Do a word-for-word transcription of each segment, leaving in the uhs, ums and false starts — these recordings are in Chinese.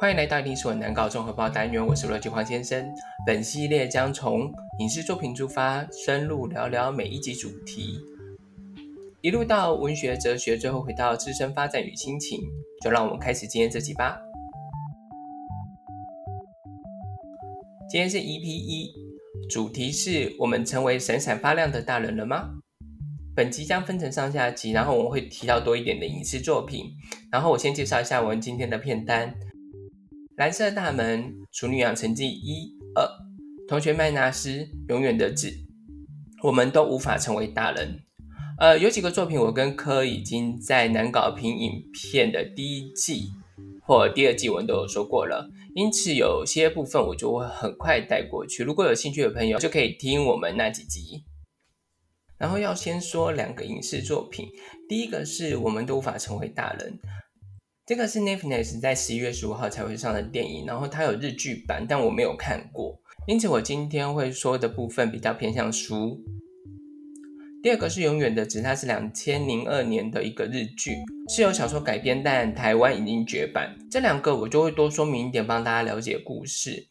欢迎来到一定是我难搞综合报单元，我是逻辑黄先生。本系列将从影视作品出发，深入聊聊每一集主题，一路到文学哲学，最后回到自身发展与心情。就让我们开始今天这集吧。今天是 E P 一，主题是我们成为闪闪发亮的大人了吗？本集将分成上下集，然后我们会提到多一点的影视作品。然后我先介绍一下我们今天的片单：蓝色大门、熟女养成记一、二、同学麦纳斯、永远的纸。我们都无法成为大人。呃，有几个作品我跟柯已经在难搞评影片的第一季或第二季我们都有说过了，因此有些部分我就会很快带过去。如果有兴趣的朋友就可以听我们那几集。然后要先说两个影视作品，第一个是我们都无法成为大人，这个是 Netflix 在十一月十五号才会上的电影，然后它有日剧版，但我没有看过，因此我今天会说的部分比较偏向书。第二个是永远的纸，它是二零零二年的一个日剧，是由小说改编，但台湾已经绝版。这两个我就会多说明一点，帮大家了解故事。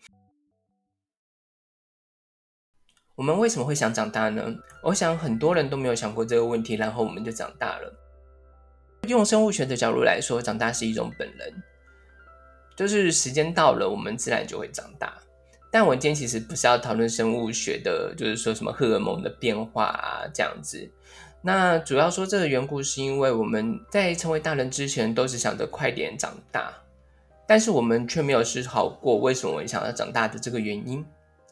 我们为什么会想长大呢？我想很多人都没有想过这个问题，然后我们就长大了。用生物学的角度来说，长大是一种本能，就是时间到了，我们自然就会长大。但我今天其实不是要讨论生物学的，就是说什么荷尔蒙的变化啊这样子。那主要说这个缘故是因为我们在成为大人之前都只想着快点长大，但是我们却没有思考过为什么我们想要长大的这个原因。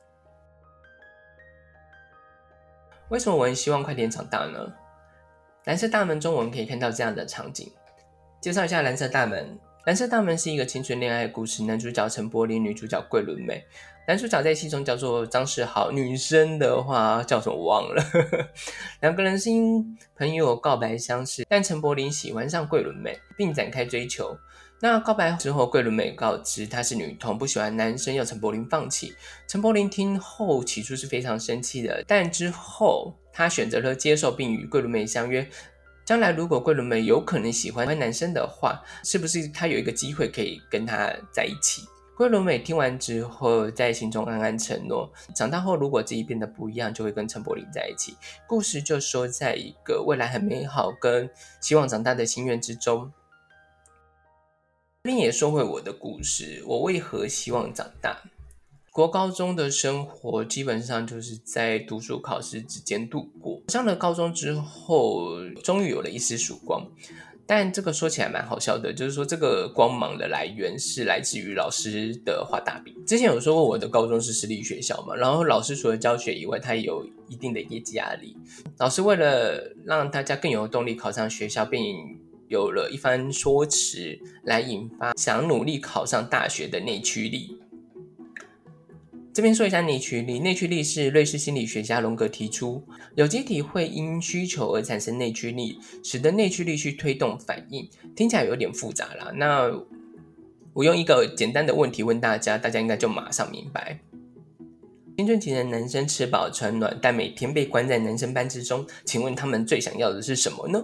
为什么我很希望快点长大呢？蓝色大门中我们可以看到这样的场景。介绍一下蓝色大门。蓝色大门是一个青春恋爱故事，男主角陈柏霖，女主角桂纶镁。男主角在戏中叫做张世豪，女生的话叫什么忘了。两个人是因朋友告白相识，但陈柏霖喜欢上桂纶镁，并展开追求。那告白之后，桂纶镁告知她是女同，不喜欢男生，要陈柏霖放弃。陈柏霖听后起初是非常生气的，但之后他选择了接受，并与桂纶镁相约，将来如果桂纶镁有可能喜欢男生的话，是不是他有一个机会可以跟他在一起？桂纶镁听完之后，在心中暗暗承诺，长大后如果自己变得不一样，就会跟陈柏霖在一起。故事就说在一个未来很美好跟希望长大的心愿之中。这边也说回我的故事，我为何希望长大。国高中的生活基本上就是在读书考试之间度过。上了高中之后，终于有了一丝曙光，但这个说起来蛮好笑的，就是说这个光芒的来源是来自于老师的画大饼。之前有说过我的高中是私立学校嘛，然后老师除了教学以外，他也有一定的业绩压力。老师为了让大家更有动力考上学校，便有了一番说辞来引发想努力考上大学的内驱力。这边说一下内驱力，内驱力是瑞士心理学家荣格提出，有机体会因需求而产生内驱力，使得内驱力去推动反应。听起来有点复杂啦，那我用一个简单的问题问大家，大家应该就马上明白。青春期的男生吃饱穿暖，但每天被关在男生班之中，请问他们最想要的是什么呢？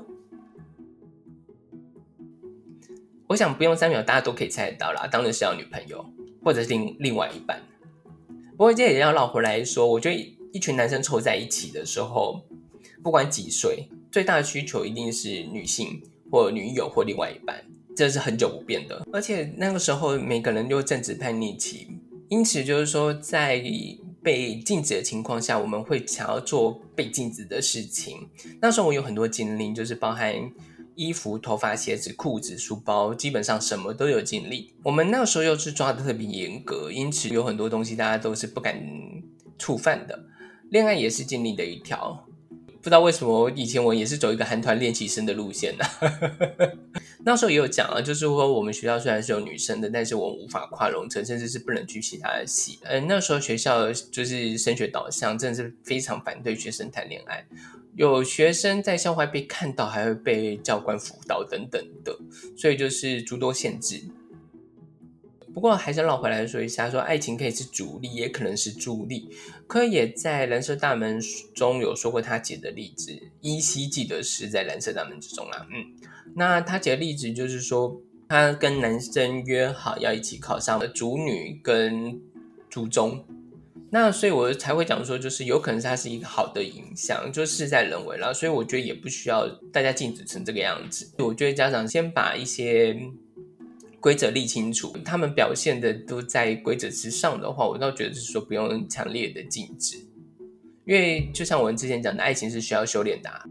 我想不用三秒大家都可以猜得到啦，当然是要女朋友或者是 另, 另外一半。不过这也要绕回来说，我觉得一群男生凑在一起的时候，不管几岁，最大的需求一定是女性或女友或另外一半，这是很久不变的。而且那个时候每个人就正值叛逆期，因此就是说在被禁止的情况下，我们会想要做被禁止的事情。那时候我有很多经历，就是包含衣服、头发、鞋子、裤子、书包，基本上什么都有经历。我们那个时候又是抓得特别严格，因此有很多东西大家都是不敢触犯的。恋爱也是经历的一条，不知道为什么以前我也是走一个韩团练习生的路线啊。那时候也有讲啊，就是说我们学校虽然是有女生的，但是我们无法跨容层，甚至是不能去其他的系。呃，那时候学校就是升学导向，真的是非常反对学生谈恋爱。有学生在校外被看到，还会被教官辅导等等的，所以就是诸多限制。不过还是绕回来说一下，说爱情可以是主力，也可能是助力。柯也在蓝色大门中有说过他姐的例子，依稀记得是在蓝色大门之中啦。嗯，那他姐的例子就是说， 他跟男生约好要一起考上主女跟主中，那所以我才会讲说，就是有可能它是一个好的影响，就事在人为啦，所以我觉得也不需要大家禁止成这个样子。我觉得家长先把一些规则立清楚，他们表现的都在规则之上的话，我倒觉得是说不用强烈的禁止，因为就像我们之前讲的，爱情是需要修炼的啊。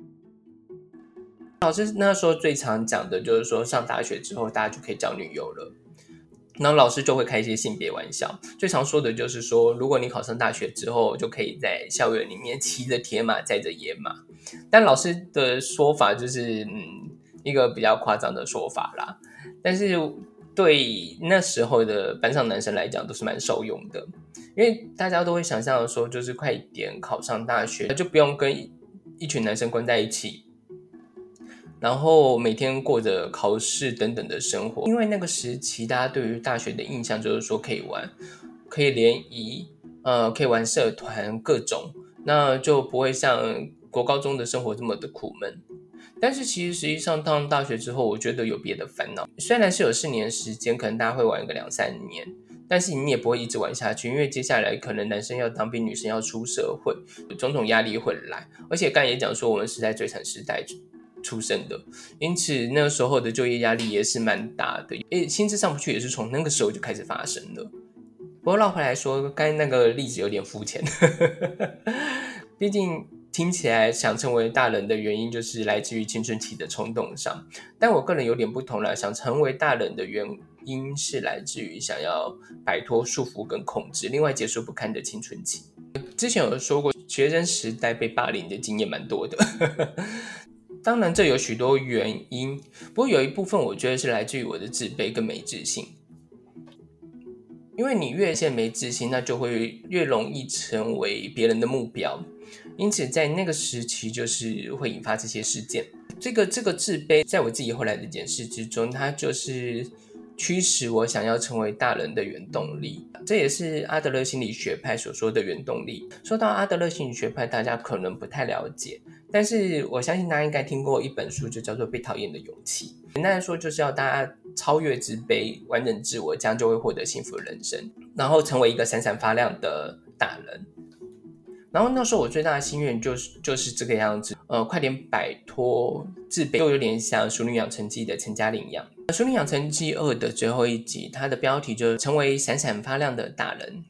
老师那时候最常讲的就是说，上大学之后大家就可以交女友了。然后老师就会开一些性别玩笑，最常说的就是说，如果你考上大学之后，就可以在校园里面骑着铁马，载着野马。但老师的说法就是嗯一个比较夸张的说法啦，但是对那时候的班上男生来讲都是蛮受用的，因为大家都会想象说，就是快一点考上大学，就不用跟一群男生关在一起，然后每天过着考试等等的生活。因为那个时期大家对于大学的印象就是说可以玩，可以联谊，呃，可以玩社团各种，那就不会像国高中的生活这么的苦闷。但是其实实际上到大学之后，我觉得有别的烦恼。虽然是有四年的时间，可能大家会玩个两三年，但是你也不会一直玩下去，因为接下来可能男生要当兵，女生要出社会，种种压力会来。而且刚才也讲说，我们是在最惨时代出生的，因此那个时候的就业压力也是蛮大的，诶，薪资上不去也是从那个时候就开始发生了。不过绕回来说，刚才那个例子有点肤浅，毕竟听起来想成为大人的原因就是来自于青春期的冲动上，但我个人有点不同啦，想成为大人的原因是来自于想要摆脱束缚跟控制，另外结束不堪的青春期。之前有说过，学生时代被霸凌的经验蛮多的。当然这有许多原因，不过有一部分我觉得是来自于我的自卑跟没自信。因为你越现没自信，那就会越容易成为别人的目标，因此在那个时期就是会引发这些事件。这个这个自卑在我自己后来的检视之中，它就是驱使我想要成为大人的原动力，这也是阿德勒心理学派所说的原动力。说到阿德勒心理学派，大家可能不太了解，但是我相信大家应该听过一本书，就叫做《被讨厌的勇气》。简单来说，就是要大家超越自卑，完整自我，这样就会获得幸福的人生，然后成为一个闪闪发亮的大人。然后那时候我最大的心愿就是就是这个样子，呃，快点摆脱自卑，就有点像《熟女养成记》的陈嘉玲一样。《熟女养成记二》的最后一集，它的标题就是成为闪闪发亮的大人。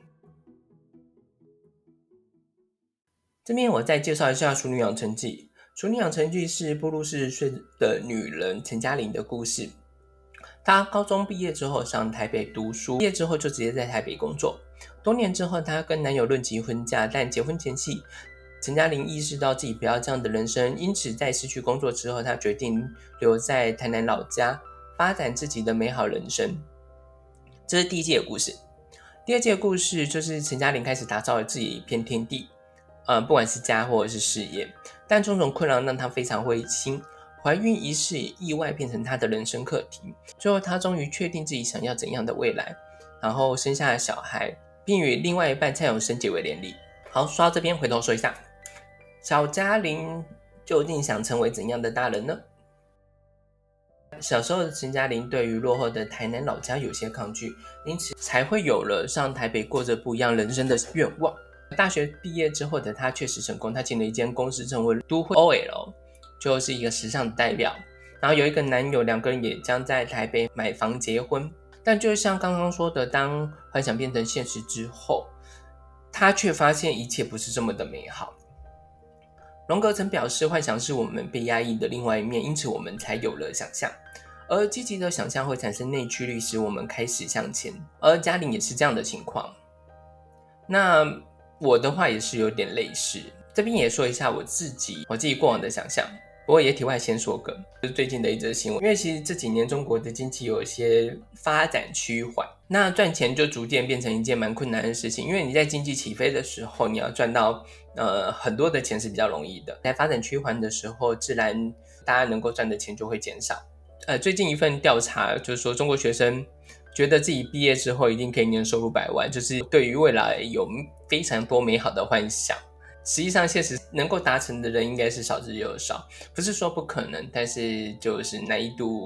这边我再介绍一下《熟女养成记》。《熟女养成记》是步入四十岁的女人陈嘉玲的故事。她高中毕业之后上台北读书，毕业之后就直接在台北工作。多年之后，她跟男友论及婚嫁，但结婚前夕，陈嘉玲意识到自己不要这样的人生，因此在失去工作之后，她决定留在台南老家，发展自己的美好人生。这是第一季的故事。第二季的故事就是陈嘉玲开始打造了自己的一片天地，呃，不管是家或者是事业，但种种困扰让她非常灰心。怀孕一事意外变成她的人生课题，最后她终于确定自己想要怎样的未来，然后生下了小孩，并与另外一半蔡永生结为连理。好，说到这边回头说一下，小嘉玲究竟想成为怎样的大人呢？小时候的陈嘉玲对于落后的台南老家有些抗拒，因此才会有了上台北过着不一样人生的愿望。大学毕业之后的她确实成功，她进了一间公司成为都会 O L， 就是一个时尚的代表，然后有一个男友，两个人也将在台北买房结婚。但就像刚刚说的，当幻想变成现实之后，她却发现一切不是这么的美好。荣格曾表示，幻想是我们被压抑的另外一面，因此我们才有了想象，而积极的想象会产生内驱力，使我们开始向前。而嘉玲也是这样的情况。那我的话也是有点类似，这边也说一下我自己我自己过往的想象，不过也题外先说个，就是最近的一则新闻。因为其实这几年中国的经济有一些发展趋缓，那赚钱就逐渐变成一件蛮困难的事情。因为你在经济起飞的时候，你要赚到呃很多的钱是比较容易的，在发展趋缓的时候，自然大家能够赚的钱就会减少。呃，最近一份调查就是说，中国学生觉得自己毕业之后一定可以年收入百万，就是对于未来有非常多美好的幻想。实际上现实能够达成的人应该是少之又少，不是说不可能，但是就是难易度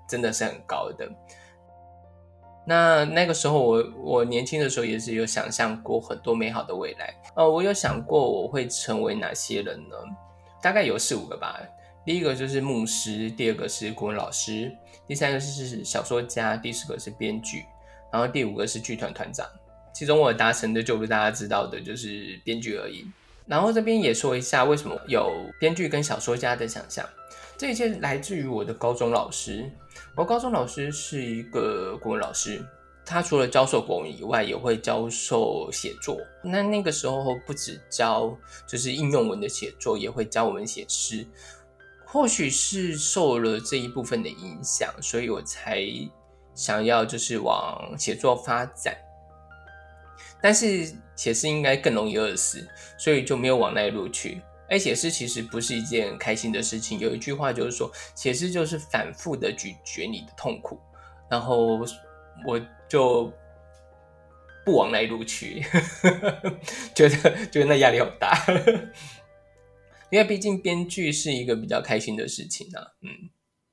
真的是很高的。那那个时候我我年轻的时候也是有想象过很多美好的未来。呃，我有想过我会成为哪些人呢？大概有四五个吧。第一个就是牧师，第二个是国文老师，第三个是小说家，第四个是编剧，然后第五个是剧团团长。其中我达成的就不大家知道的就是编剧而已。然后这边也说一下为什么有编剧跟小说家的想象。这一切来自于我的高中老师。我高中老师是一个国文老师，他除了教授国文以外，也会教授写作。那那个时候不只教就是应用文的写作，也会教我们写诗。或许是受了这一部分的影响，所以我才想要就是往写作发展。但是写诗应该更容易饿死，所以就没有往那一路去。而写诗其实不是一件开心的事情，有一句话就是说，写诗就是反复的咀嚼你的痛苦，然后我就不往那一路去，觉得觉得那压力好大，因为毕竟编剧是一个比较开心的事情啊，嗯。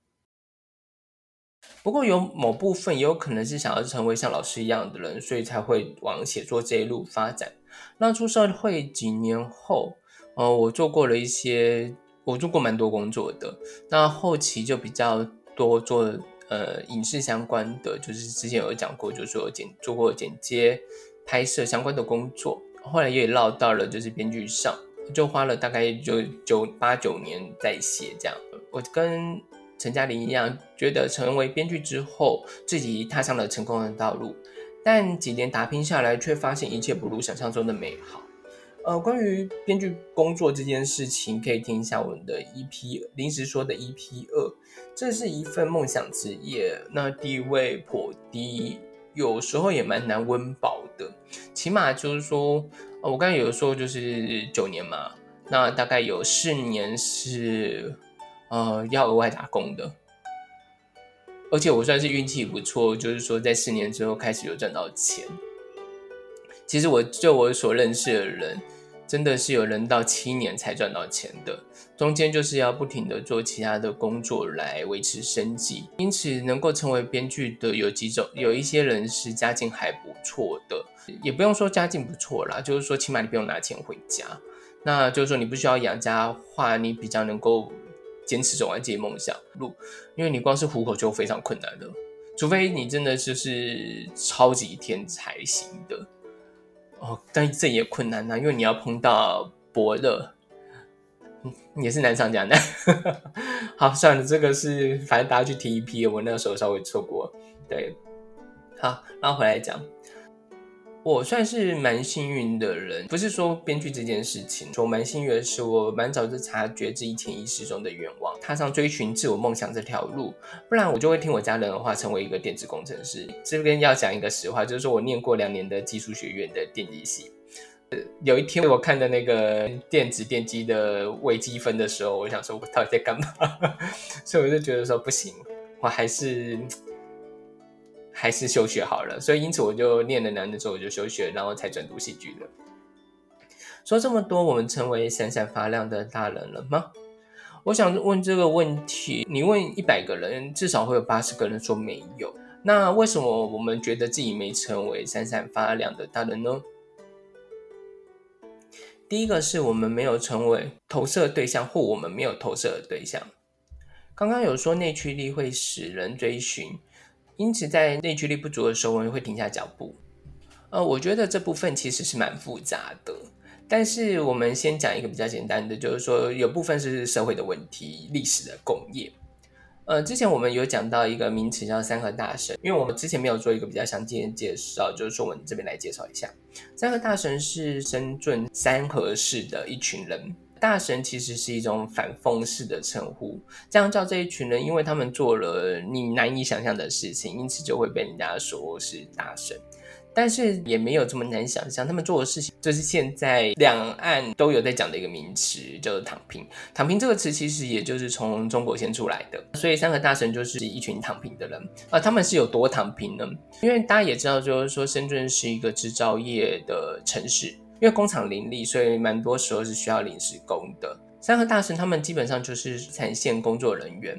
不过有某部分也有可能是想要成为像老师一样的人，所以才会往写作这一路发展。那出社会几年后，呃，我做过了一些，我做过蛮多工作的。那后期就比较多做呃影视相关的，就是之前有讲过，就是说剪做过剪接、拍摄相关的工作。后来也绕到了就是编剧上，就花了大概就九八九年在写这样。我跟陈嘉玲一样，觉得成为编剧之后，自己踏上了成功的道路，但几年打拼下来，却发现一切不如想象中的美好。呃，关于编剧工作这件事情，可以听一下我们的 E P 临时说的 E P 二，这是一份梦想职业，那地位颇低，有时候也蛮难温饱的。起码就是说，呃、我刚才有说就是九年嘛，那大概有四年是。呃，要额外打工的，而且我算是运气不错，就是说在四年之后开始有赚到钱。其实我就我所认识的人，真的是有人到七年才赚到钱的，中间就是要不停的做其他的工作来维持生计。因此，能够成为编剧的有几种，有一些人是家境还不错的，也不用说家境不错啦，就是说起码你不用拿钱回家。那就是说你不需要养家的话，你比较能够坚持走完自己梦想路，因为你光是糊口就非常困难了，除非你真的就是超级天才型的哦，但这也困难啊，因为你要碰到伯乐，也是难上加难。好，算了，这个是反正大家去听一批，我那个时候稍微错过。对，好，然后回来讲。我算是蛮幸运的人，不是说编剧这件事情，我蛮幸运的是，我蛮早就察觉自己潜意识中的愿望，踏上追寻自我梦想这条路，不然我就会听我家人的话，成为一个电子工程师。这边要讲一个实话，就是说我念过两年的技术学院的电机系。有一天我看的那个电子电机的微积分的时候，我想说我到底在干嘛？所以我就觉得说不行，我还是。还是休学好了，所以因此我就念了两年之后我就休学，然后才转读戏剧的。说这么多，我们成为闪闪发亮的大人了吗？我想问这个问题，你问一百个人，至少会有八十个人说没有。那为什么我们觉得自己没成为闪闪发亮的大人呢？第一个是我们没有成为投射对象，或我们没有投射的对象。刚刚有说内驱力会使人追寻，因此在内驱力不足的时候，我们会停下脚步。呃，我觉得这部分其实是蛮复杂的，但是我们先讲一个比较简单的，就是说有部分是社会的问题、历史的共业。呃，之前我们有讲到一个名词叫三和大神，因为我们之前没有做一个比较详尽的介绍，就是说我们这边来介绍一下，三和大神是深圳三和市的一群人。大神其实是一种反讽式的称呼，这样叫这一群人，因为他们做了你难以想象的事情，因此就会被人家说是大神。但是也没有这么难想象，他们做的事情就是现在两岸都有在讲的一个名词，叫做躺平。躺平这个词其实也就是从中国先出来的，所以三和大神就是一群躺平的人啊。他们是有多躺平呢？因为大家也知道，就是说深圳是一个制造业的城市，因为工厂林立，所以蛮多时候是需要临时工的。三和大神他们基本上就是产线工作人员。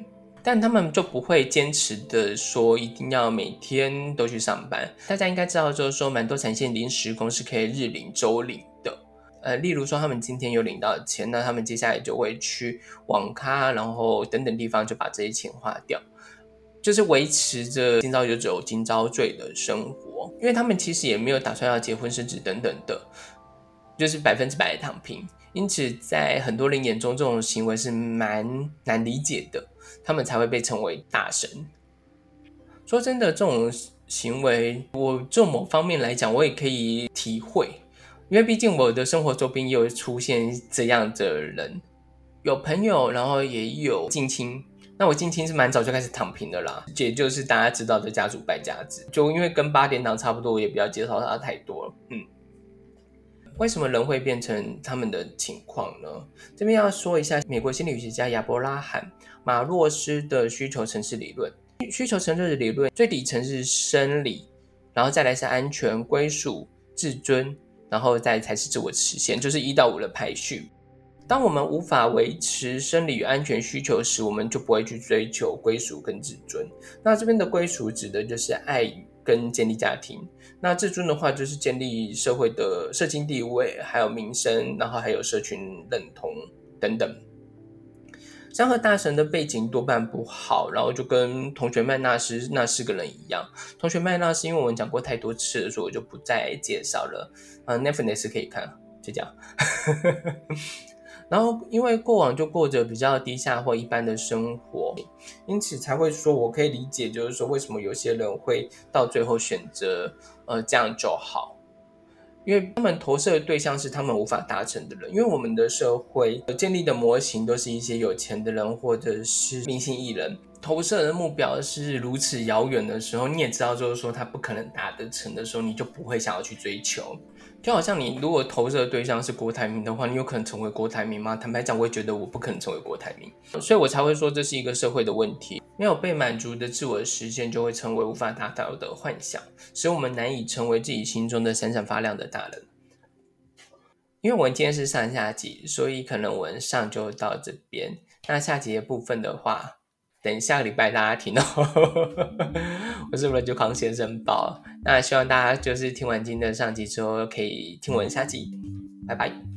但他们就不会坚持的说一定要每天都去上班。大家应该知道，就是说蛮多产线临时工是可以日领周领的。呃，例如说他们今天有领到钱，那他们接下来就会去网咖，然后等等地方就把这些钱花掉，就是维持着今朝有酒今朝醉的生活。因为他们其实也没有打算要结婚生子等等的，就是百分之百的躺平。因此在很多人眼中，这种行为是蛮难理解的，他们才会被称为大神。说真的，这种行为我就某方面来讲我也可以体会，因为毕竟我的生活周边也有出现这样的人，有朋友，然后也有近亲。那我近亲是蛮早就开始躺平的啦，也就是大家知道的家族败家子，就因为跟八点档差不多，我也不要介绍他太多了。嗯，为什么人会变成他们的情况呢？这边要说一下美国心理学家亚伯拉罕马洛斯的需求层次理论。需求层次的理论最底层是生理，然后再来是安全、归属、自尊，然后再才是自我实现，就是一到五的排序。当我们无法维持生理与安全需求时，我们就不会去追求归属跟自尊。那这边的归属指的就是爱跟建立家庭，那自尊的话就是建立社会的社经地位，还有名声，然后还有社群认同等等。山河大神的背景多半不好，然后就跟同学麦纳斯那四个人一样。同学麦纳斯因为我们讲过太多次了，所以我就不再介绍了。呃 Netflix 可以看，就这样。然后因为过往就过着比较低下或一般的生活，因此才会说我可以理解，就是说为什么有些人会到最后选择呃这样就好。因为他们投射的对象是他们无法达成的人，因为我们的社会建立的模型都是一些有钱的人或者是明星艺人，投射的目标是如此遥远的时候，你也知道就是说他不可能达得成的时候，你就不会想要去追求。就好像你如果投射的对象是郭台铭的话，你有可能成为郭台铭吗？坦白讲，我也觉得我不可能成为郭台铭，所以我才会说这是一个社会的问题。没有被满足的自我实现，就会成为无法达到的幻想，使我们难以成为自己心中的闪闪发亮的大人。因为我们今天是上下集，所以可能我们上就到这边。那下集的部分的话，等下个礼拜大家听哦。我是轮九康先生报，那希望大家就是听完今天的上集之后，可以听我的下集。拜拜。